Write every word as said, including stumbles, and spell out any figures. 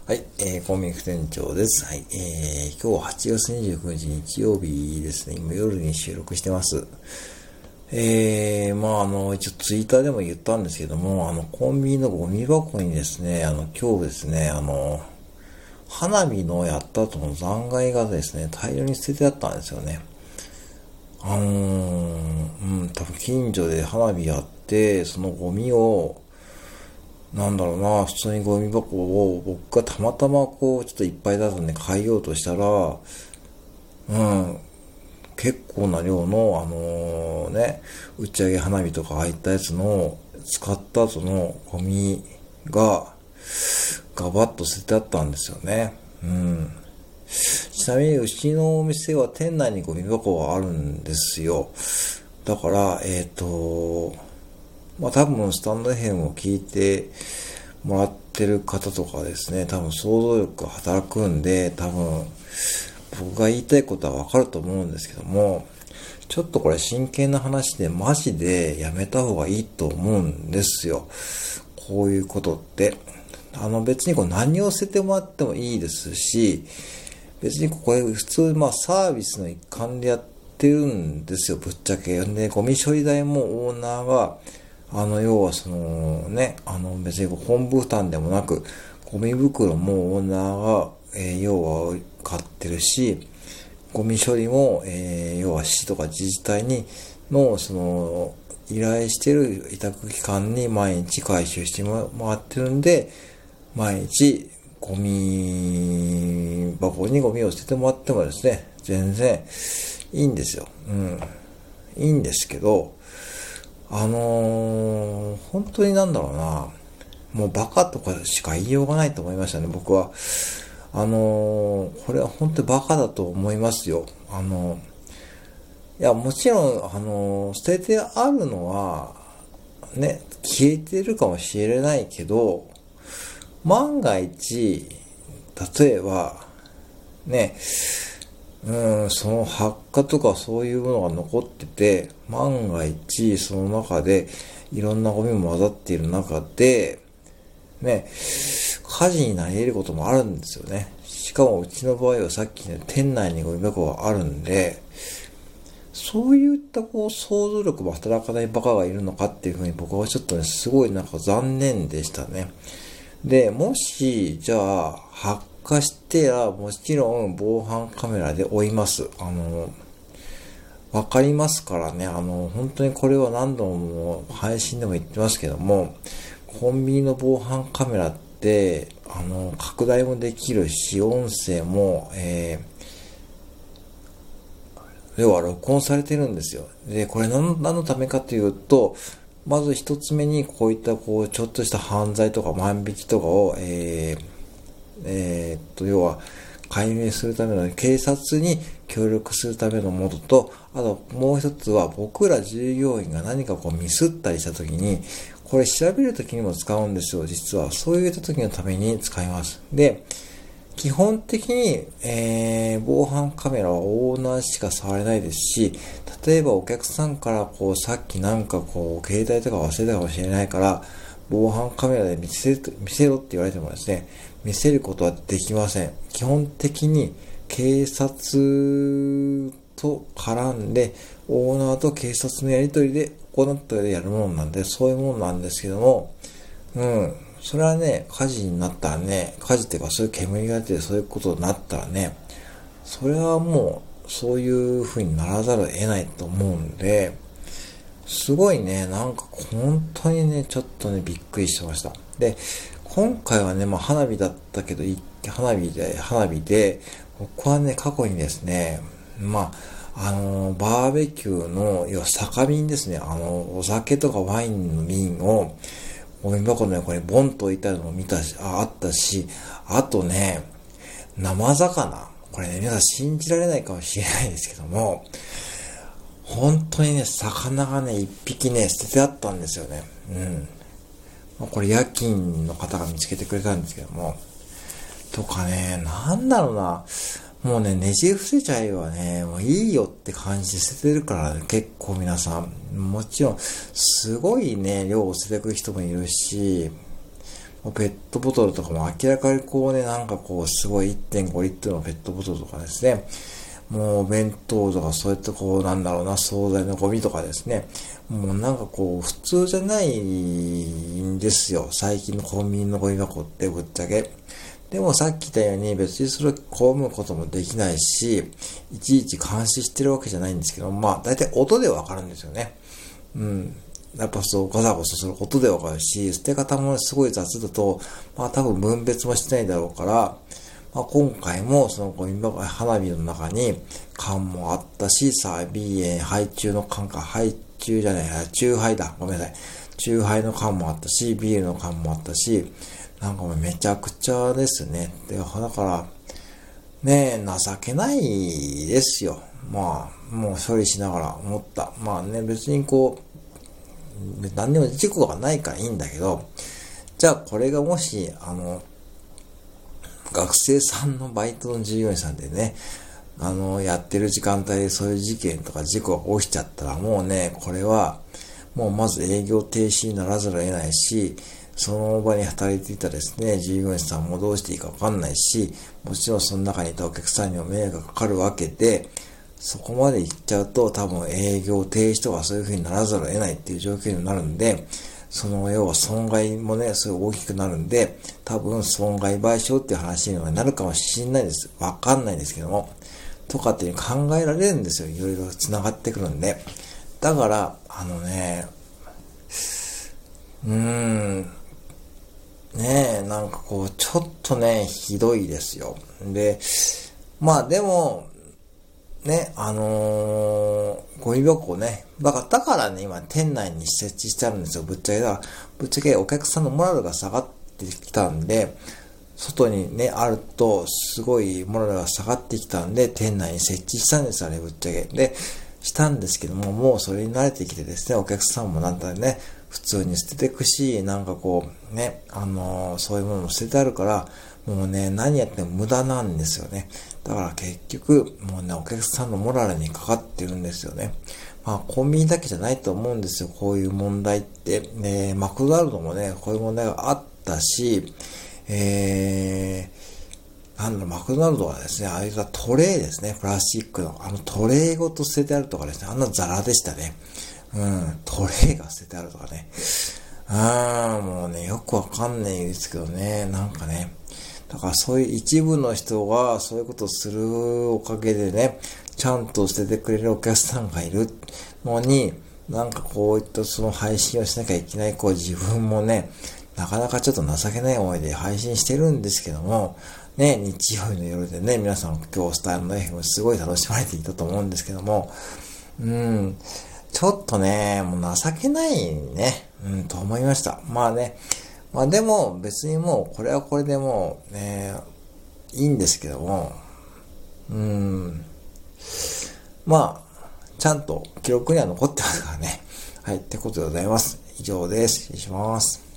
はい、えー、コンビニ副店長です。はい、えー、今日ははちがつにじゅうくにち日曜日ですね。今夜に収録してます。えー、まああの、一応ツイッターでも言ったんですけども、あの、コンビニのゴミ箱にですね、あの、今日ですね、あの、花火のやった後の残骸がですね、大量に捨ててあったんですよね。あのー、うん、多分近所で花火やって、そのゴミを、なんだろうな、普通にゴミ箱を僕がたまたまこう、ちょっといっぱいだったんで変えようとしたら、うん、結構な量の、あのーね、打ち上げ花火とか入ったやつの、使った後のゴミが、ガバッと捨ててあったんですよね。うん。ちなみに、うちのお店は店内にゴミ箱があるんですよ。だから、えっと、まあ多分スタンドエフエムを聞いてもらってる方とかですね、多分想像力が働くんで、多分僕が言いたいことはわかると思うんですけども、ちょっとこれ真剣な話でマジでやめた方がいいと思うんですよ。こういうことって。あの別にこう何を捨ててもらってもいいですし、別にこれ普通まあサービスの一環でやってるんですよ、ぶっちゃけ。で、ゴミ処理代もオーナーがあの、要はそのね、あの別に本部負担でもなく、ゴミ袋もオーナーが、えー、要は買ってるし、ゴミ処理も、えー、要は市とか自治体にの、その、依頼してる委託機関に毎日回収してもらってるんで、毎日ゴミ箱にゴミを捨ててもらってもですね、全然いいんですよ。うん。いいんですけど、あのー、本当になんだろうな、もうバカとかしか言いようがないと思いましたね、僕は。あのー、これは本当にバカだと思いますよ。あのー、いや、もちろん、あのー、捨ててあるのは、ね、消えてるかもしれないけど、万が一、例えば、ね、うん、その発火とかそういうものが残ってて、万が一その中でいろんなゴミも混ざっている中で、ね、火事になり得ることもあるんですよね。しかもうちの場合はさっきね、店内にゴミ箱があるんで、そういったこう想像力も働かないバカがいるのかっていうふうに僕はちょっとね、すごいなんか残念でしたね。で、もし、じゃあ、発火してら、もちろん防犯カメラで追います。あの、わかりますからね。あの、本当にこれは何度も配信でも言ってますけども、コンビニの防犯カメラって、あの、拡大もできるし、音声も、えー、要は録音されてるんですよ。で、これ何何のためかというと、まず一つ目にこういったこう、ちょっとした犯罪とか万引きとかを、えー、えー、っと、要は、解明するための警察に協力するためのものと、あともう一つは僕ら従業員が何かこうミスったりした時に、これ調べる時にも使うんですよ、実は。そういった時のために使います。で、基本的に、えー、防犯カメラはオーナーしか触れないですし、例えばお客さんからこうさっきなんかこう携帯とか忘れたかもしれないから、防犯カメラで見せる、見せろって言われてもですね、見せることはできません。基本的に警察と絡んで、オーナーと警察のやりとりで行った上でやるものなんで、そういうものなんですけども、うん。それはね、火事になったらね、火事っていうかそういう煙が出てそういうことになったらね、それはもうそういう風にならざるを得ないと思うんで、すごいね、なんか本当にね、ちょっとね、びっくりしてました。で、今回はね、まあ花火だったけど、花火で、花火で、僕はね、過去にですね、まあ、あの、バーベキューの、要は酒瓶ですね、あの、お酒とかワインの瓶を、ゴミ箱の横にボンと置いてあるのを見たし、あ、あったし、あとね、生魚。これね、皆さん信じられないかもしれないですけども、本当にね、魚がね、一匹ね、捨ててあったんですよね。うん。まあ、これ夜勤の方が見つけてくれたんですけども。とかね、なんだろうな。もうね、ねじ伏せちゃえばね、もういいよって感じで捨ててるからね、結構皆さん。もちろん、すごいね、量を捨ててくる人もいるし、 ペットボトルとかも明らかにこうね、なんかこう、すごい いってんごリットルのペットボトルとかですね、もう弁当とかそうやってこう、なんだろうな、惣菜のゴミとかですね、もうなんかこう、普通じゃないんですよ。最近のコンビニのゴミ箱ってぶっちゃけ。でもさっき言ったように別にそれを被むこともできないし、いちいち監視してるわけじゃないんですけど、まあ大体音でわかるんですよね。うん。やっぱそうガサゴサする音でわかるし、捨て方もすごい雑だと、まあ多分分別もしてないだろうから、まあ今回もそのゴミ箱、花火の中に缶もあったし、さあ、ビーエン、ハイチュウの缶か、ハイチュウじゃない、チューハイだ、ごめんなさい。チューハイの缶もあったし、ビールの缶もあったし、なんかもうめちゃくちゃですね。で、だから、ねえ、情けないですよ。まあ、もう処理しながら思った。まあね、別にこう、何にも事故がないからいいんだけど、じゃあこれがもし、あの、学生さんのバイトの従業員さんでね、あの、やってる時間帯でそういう事件とか事故が起きちゃったらもうね、これは、もうまず営業停止にならざるを得ないし、その場に働いていたですね、従業員さんもどうしていいかわかんないし、もちろんその中にいたお客さんにも迷惑がかかるわけで、そこまで行っちゃうと多分営業停止とかそういう風にならざるを得ないっていう状況になるんで、その要は損害もね、そういう大きくなるんで、多分損害賠償っていう話になるかもしれないです。わかんないですけども。とかっていう考えられるんですよ。いろいろ繋がってくるんで。だから、あのね、うーん、ねえ、なんかこう、ちょっとね、ひどいですよ。で、まあでも、ね、あのー、ゴミ箱ね、だから、だからね、今、店内に設置してあるんですよ、ぶっちゃけ。だから、ぶっちゃけお客さんのモラルが下がってきたんで、外にね、あると、すごいモラルが下がってきたんで、店内に設置したんです、あれ、ぶっちゃけ。で、したんですけども、もうそれに慣れてきてですね、お客さんもなんだね、普通に捨てていくし、なんかこう、ね、あのー、そういうものも捨ててあるから、もうね、何やっても無駄なんですよね。だから結局、もうね、お客さんのモラルにかかってるんですよね。まあ、コンビニだけじゃないと思うんですよ、こういう問題って。ね、マクドナルドもね、こういう問題があったし、えー、なんだろう、マクドナルドはですね、ああいうトレーですね、プラスチックの、あのトレーごと捨ててあるとかですね、あんなザラでしたね。うん、トレーが捨ててあるとかね。あー、もうね、よくわかんないですけどね、なんかね。だからそういう一部の人がそういうことをするおかげでね、ちゃんと捨ててくれるお客さんがいるのに、なんかこういったその配信をしなきゃいけない、こう自分もね、なかなかちょっと情けない思いで配信してるんですけども、ね、日曜日の夜でね、皆さん今日スタイルの エフエム すごい楽しまれていたと思うんですけども、うん、ちょっとね、もう情けないね、うん、と思いました。まあね、まあでも別にもうこれはこれでもうね、いいんですけども、うーん、まあ、ちゃんと記録には残ってますからね。はい、ってことでございます。以上です。失礼します。